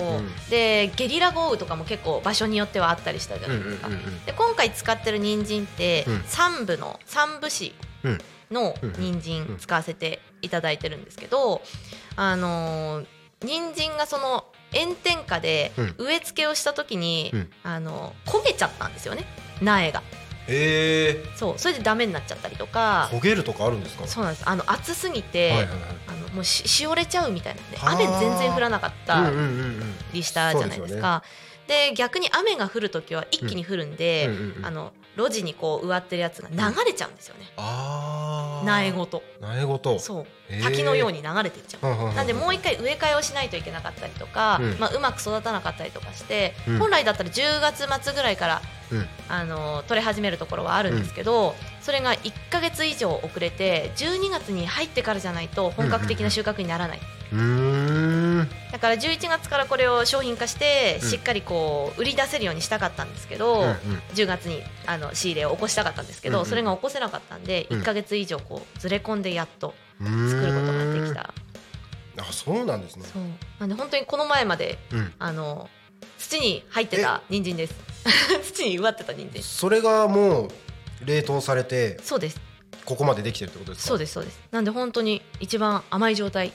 でゲリラ豪雨とかも結構場所によってはあったりしたじゃないですか。で今回使ってる人参って、三部の三部市の人参使わせていただいてるんですけど、人参がその炎天下で植え付けをした時に、焦げちゃったんですよね、苗が。そうそれでダメになっちゃったりとか。 焦げるとかあるんですか。 そうなんです。暑すぎて、もうしおれちゃうみたいなんで、雨全然降らなかったりしたじゃないですか。で逆に雨が降るときは一気に降るんで、路地にこう植わってるやつが流れちゃうんですよね。苗ごと。そう滝のように流れていっちゃう。なんでもう一回植え替えをしないといけなかったりとか、うまく育たなかったりとかして、本来だったら10月末ぐらいから取れ始めるところはあるんですけど、それが1ヶ月以上遅れて12月に入ってからじゃないと本格的な収穫にならない。だから11月からこれを商品化してしっかりこう売り出せるようにしたかったんですけど、10月に仕入れを起こしたかったんですけど、それが起こせなかったんで1ヶ月以上こうずれ込んでやっと作ることができた。 そうなんですね。 そうなんで本当にこの前まで、土に入ってた人参です。土に植わってた人参。 それがもう冷凍されて、 そうです。 ここまでできてるってことですか。 そうですそうです。なんで本当に一番甘い状態。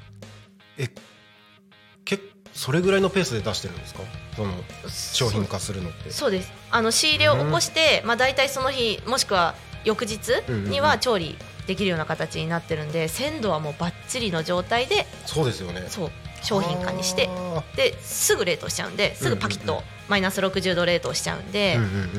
それぐらいのペースで出してるんですか、その商品化するのって。 そうです。仕入れを起こして、だいたいその日もしくは翌日には調理できるような形になってるんで、鮮度はもうバッチリの状態で。そうですよね。そう商品化にして、ですぐ冷凍しちゃうんで、すぐパキッとマイナス60度冷凍しちゃうんで、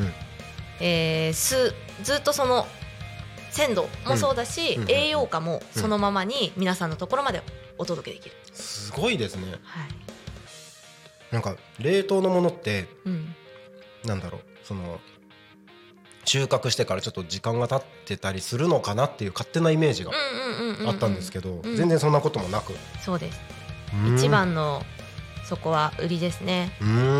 ずっとその鮮度もそうだし、栄養価もそのままに皆さんのところまでお届けできる。 すごいですね。なんか冷凍のものって、なんだろう、その収穫してからちょっと時間が経ってたりするのかなっていう勝手なイメージがあったんですけど、全然そんなこともなく。そうです。一番のそこは売りですね。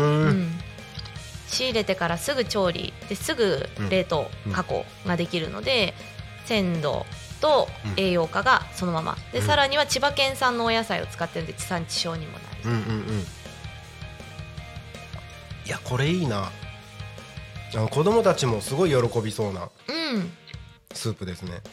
仕入れてからすぐ調理ですぐ冷凍加工ができるので、鮮度と栄養価がそのままで、さらには千葉県産のお野菜を使ってるんで地産地消にもなる。 いやこれいいな。子供たちもすごい喜びそうなスープですね。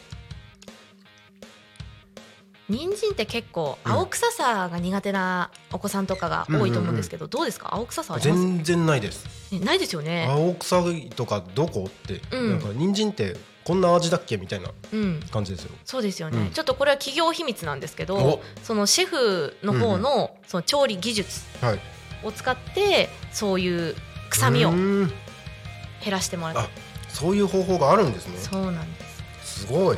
人参って結構青臭さが苦手なお子さんとかが多いと思うんですけど、どうですか。青臭さはあります？ 全然ないです。 ないですよね。 青臭いとかどこって、なんか人参ってこんな味だっけみたいな感じですよ。 そうですよね。ちょっとこれは企業秘密なんですけど、そのシェフの方のその調理技術を使ってそういう臭みを減らしてもらって。 そういう方法があるんですね。 そうなんです。 すごい。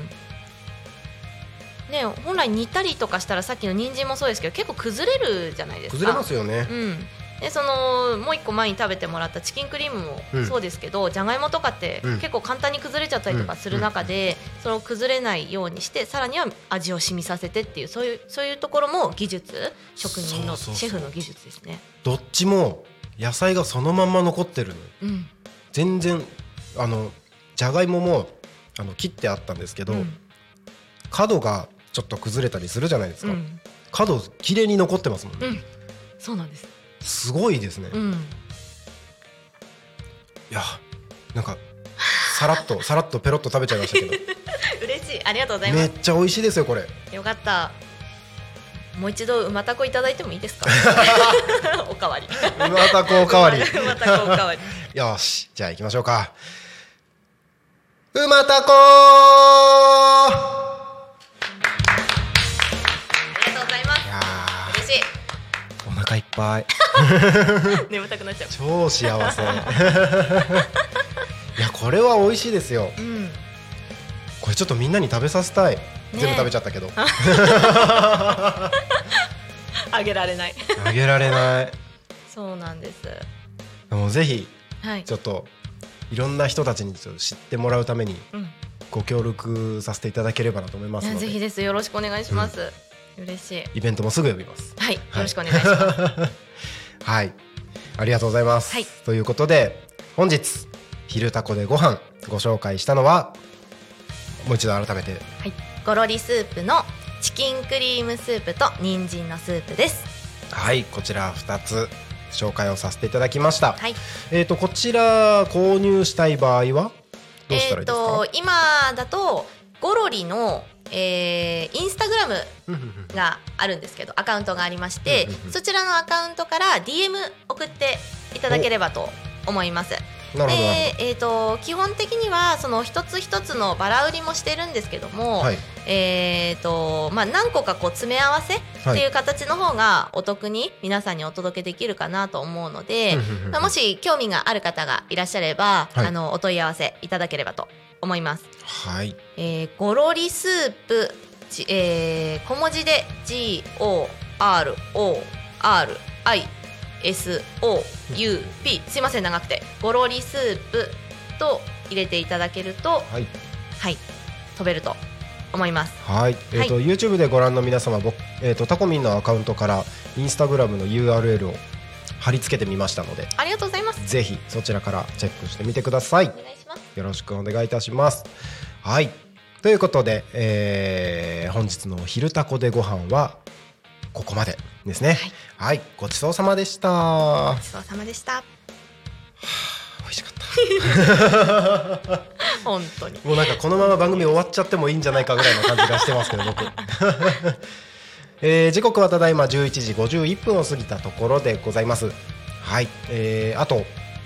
ね、本来煮たりとかしたらさっきの人参もそうですけど結構崩れるじゃないですか。 崩れますよね。 でそのもう一個前に食べてもらったチキンクリームもそうですけど、じゃがいもとかって結構簡単に崩れちゃったりとかする中で、その崩れないようにしてさらには味を染みさせてっていうそういうところも技術、職人のシェフの技術ですね。 どっちも野菜がそのまま残ってるの、全然じゃがいもも切ってあったんですけど、角がちょっと崩れたりするじゃないですか。角綺麗に残ってますもんね。 そうなんです。 すごいですね。いやなんかさらっとペロッと食べちゃいましたけど嬉しい、ありがとうございます。 めっちゃ美味しいですよこれ。 よかった。もう一度馬たこいただいてもいいですかおかわり馬たこおかわり馬たこおかわりよし、じゃあ行きましょうか。馬たこお腹いっぱい眠たくなっちゃう。 超幸せいやこれは美味しいですよ、これちょっとみんなに食べさせたい、全部食べちゃったけどあげられない。 あげられない。 そうなんです。 もうぜひはいちょっといろんな人たちにちょっと知ってもらうためにご協力させていただければなと思いますので、 ぜひです。よろしくお願いします。嬉しい。 イベントもすぐ呼びます。 はい、よろしくお願いします。 はい、ありがとうございます。ということで本日昼タコでご飯ご紹介したのは、もう一度改めて、 はい、ゴロリスープのチキンクリームスープと人参のスープです。 はい、こちら2つ紹介をさせていただきました。 はい、 こちら購入したい場合はどうしたらいいですか？ 今だとゴロリのインスタグラムがあるんですけど、アカウントがありまして、そちらのアカウントから DM 送っていただければと思います。 なるほど。 基本的にはその一つ一つのバラ売りもしてるんですけども、はい、何個かこう詰め合わせっていう形の方がお得に皆さんにお届けできるかなと思うので、もし興味がある方がいらっしゃれば、はい、お問い合わせいただければと思います。 はい、 ゴロリスープ、小文字で GORORISOUP、すいません長くて、ゴロリスープと入れていただけると、はい、はい、飛べると思います。 はい、YouTube でご覧の皆様、タコミンのアカウントからインスタグラムの URL を貼り付けてみましたので、 ありがとうございます。 ぜひそちらからチェックしてみてください。 お願いします。 よろしくお願いいたします。はい、ということで、本日の昼タコでご飯はここまでですね。はい、はい、ごちそうさまでした。 ごちそうさまでした。 美味しかった本当にもうなんかこのまま番組終わっちゃってもいいんじゃないかぐらいの感じがしてますけど僕時刻はただいま11時51分を過ぎたところでございます。はい、あと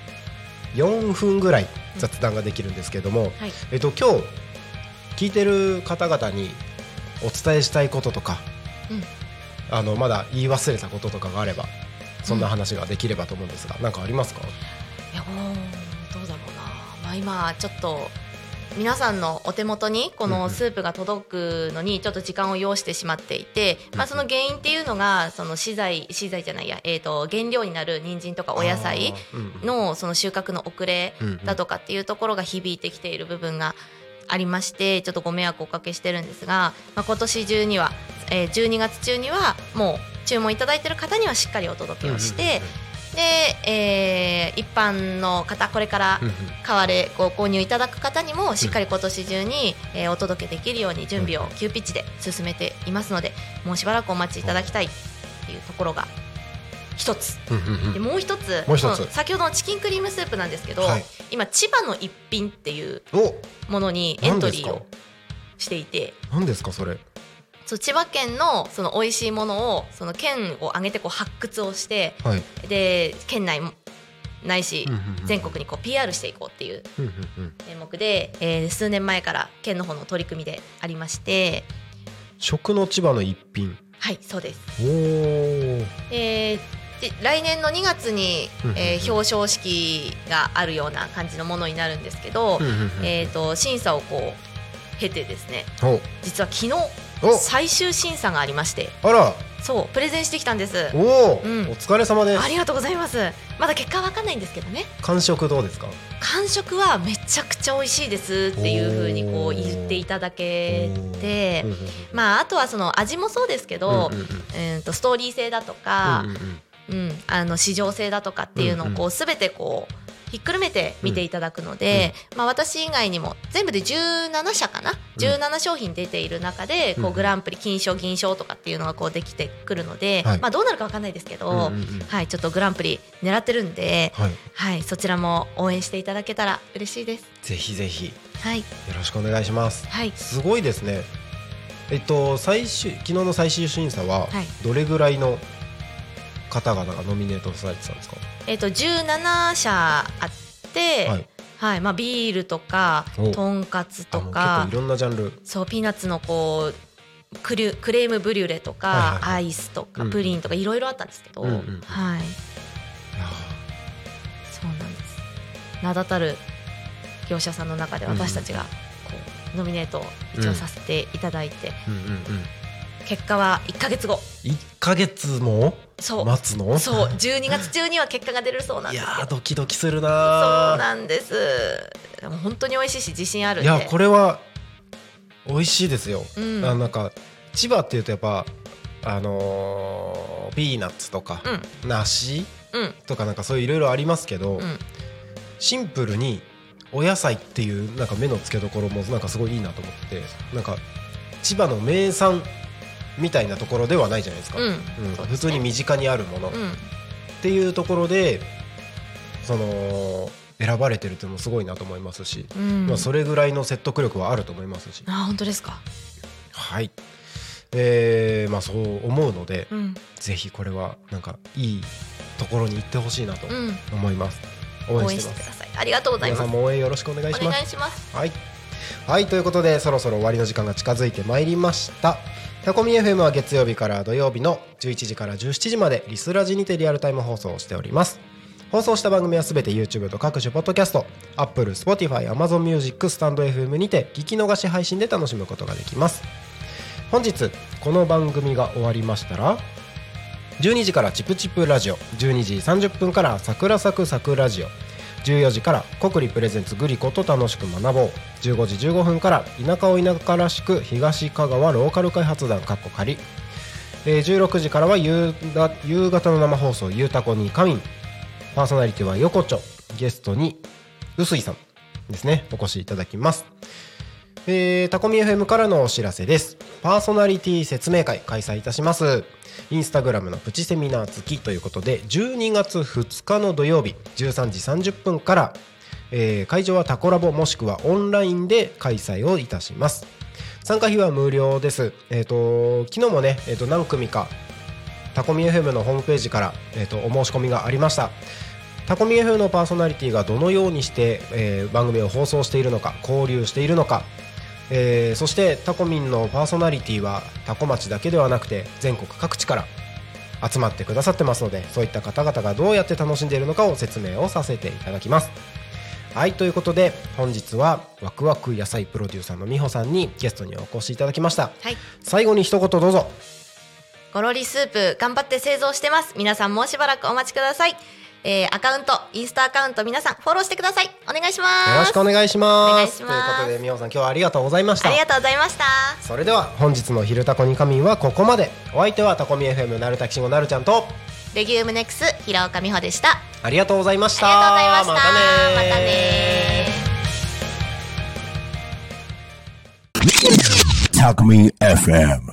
4分ぐらい雑談ができるんですけども、はい、今日聞いてる方々にお伝えしたいこととか、まだ言い忘れたこととかがあればそんな話ができればと思うんですが、何かありますか？ いやどうだろうな、今ちょっと皆さんのお手元にこのスープが届くのにちょっと時間を要してしまっていて、その原因っていうのがその資材じゃないや、原料になる人参とかお野菜のその収穫の遅れだとかっていうところが響いてきている部分がありまして、ちょっとご迷惑をおかけしてるんですが、今年中には、12月中にはもう注文いただいている方にはしっかりお届けをして、で、一般の方、これからご購入いただく方にもしっかり今年中に、お届けできるように準備を急ピッチで進めていますので、もうしばらくお待ちいただきたいっていうところが一つで、もう一つ先ほどのチキンクリームスープなんですけど、はい、今千葉の一品っていうものにエントリーをしていて、 何ですかそれ？ そう、千葉県のその美味しいものをその県を挙げてこう発掘をして、はい、で県内ないし全国にこう PR していこうっていう名目で、数年前から県の方の取り組みでありまして、 食の千葉の一品。 はい、そうです。 おー、 で来年の2月に、表彰式があるような感じのものになるんですけど、審査をこう経てですね、実は昨日最終審査がありまして、 あら、 そうプレゼンしてきたんです。 お疲れ様です。 ありがとうございます。まだ結果は分かんないんですけどね。 感触どうですか？ 感触はめちゃくちゃ美味しいですっていう風にこう言っていただけて、あとはその味もそうですけど、ストーリー性だとか、市場性だとかっていうのをこう全てこうひっくるめて見ていただくので、私以外にも全部で17社かな、17商品出ている中でこうグランプリ、金賞、銀賞とかっていうのがこうできてくるので、どうなるか分かんないですけど、ちょっとグランプリ狙ってるんで、そちらも応援していただけたら嬉しいです。 ぜひぜひ、よろしくお願いします。すごいですね。昨日の最終審査はどれぐらいの方々がノミネートされてたんですか ？17社あって、ビールとかとんかつとか、 結構いろんなジャンル、 そうピーナッツのこうクレームブリュレとか、アイスとかプリンとかいろいろあったんですけど、そうなんです。名だたる業者さんの中で私たちがこうノミネートを一応させていただいて、 結果は1ヶ月後。 1ヶ月も待つの？ そう12月中には結果が出るそうなんですけど。 いやードキドキするな。 そうなんです。でも本当に美味しいし自信あるんで。 いやこれは美味しいですよ、 なんか千葉っていうとやっぱピーナッツとか、梨、とかなんかそういういろいろありますけど、シンプルにお野菜っていうなんか目の付けどころもなんかすごいいいなと思ってて、なんか千葉の名産みたいなところではないじゃないですか、普通に身近にあるもの、っていうところでその選ばれてるっていうのもすごいなと思いますし、それぐらいの説得力はあると思いますし。 本当ですか。 はい、そう思うので、ぜひこれはなんかいいところに行ってほしいなと思います、応援してます。 ください。ありがとうございます。 皆さんも応援よろしくお願いします。 お願いします。 はい、ということでそろそろ終わりの時間が近づいてまいりました。タコミ FM は月曜日から土曜日の11時から17時までリスラジにてリアルタイム放送をしております。放送した番組はすべて YouTube と各種ポッドキャスト、 Apple、Spotify、Amazon Music、スタンド FM にて聞き逃し配信で楽しむことができます。本日この番組が終わりましたら12時からチプチプラジオ、12時30分から桜咲く桜ラジオ、14時から国立プレゼンツグリコと楽しく学ぼう、15時15分から田舎を田舎らしく東香川ローカル開発団仮、16時からは夕方の生放送ゆうたこにかみん、パーソナリティは横丁、ゲストに臼井さんですね、お越しいただきます。タコミ FM からのお知らせです。パーソナリティ説明会開催いたします。インスタグラムのプチセミナー付きということで12月2日の土曜日13時30分から、会場はタコラボもしくはオンラインで開催をいたします。参加費は無料です。昨日もね、何組かタコミ FM のホームページから、お申し込みがありました。タコミ FM のパーソナリティがどのようにして、番組を放送しているのか、交流しているのか、そしてタコミンのパーソナリティはタコ町だけではなくて全国各地から集まってくださってますので、そういった方々がどうやって楽しんでいるのかを説明をさせていただきます。はい、ということで本日はワクワク野菜プロデューサーの美穂さんにゲストにお越しいただきました。最後に一言どうぞ。 ゴロリスープ頑張って製造してます。皆さんもうしばらくお待ちください。アカウント、インスタアカウント皆さんフォローしてください。お願いします。 よろしくお願いします。ということで美穂さん、今日はありがとうございました。 ありがとうございました。 それでは本日の昼タコに仮眠はここまで。お相手はタコミ FM なるたきしんごなるちゃんとレギュームネックス平岡美穂でした。 ありがとうございました。 ありがとうございました。またね。 タコミ FM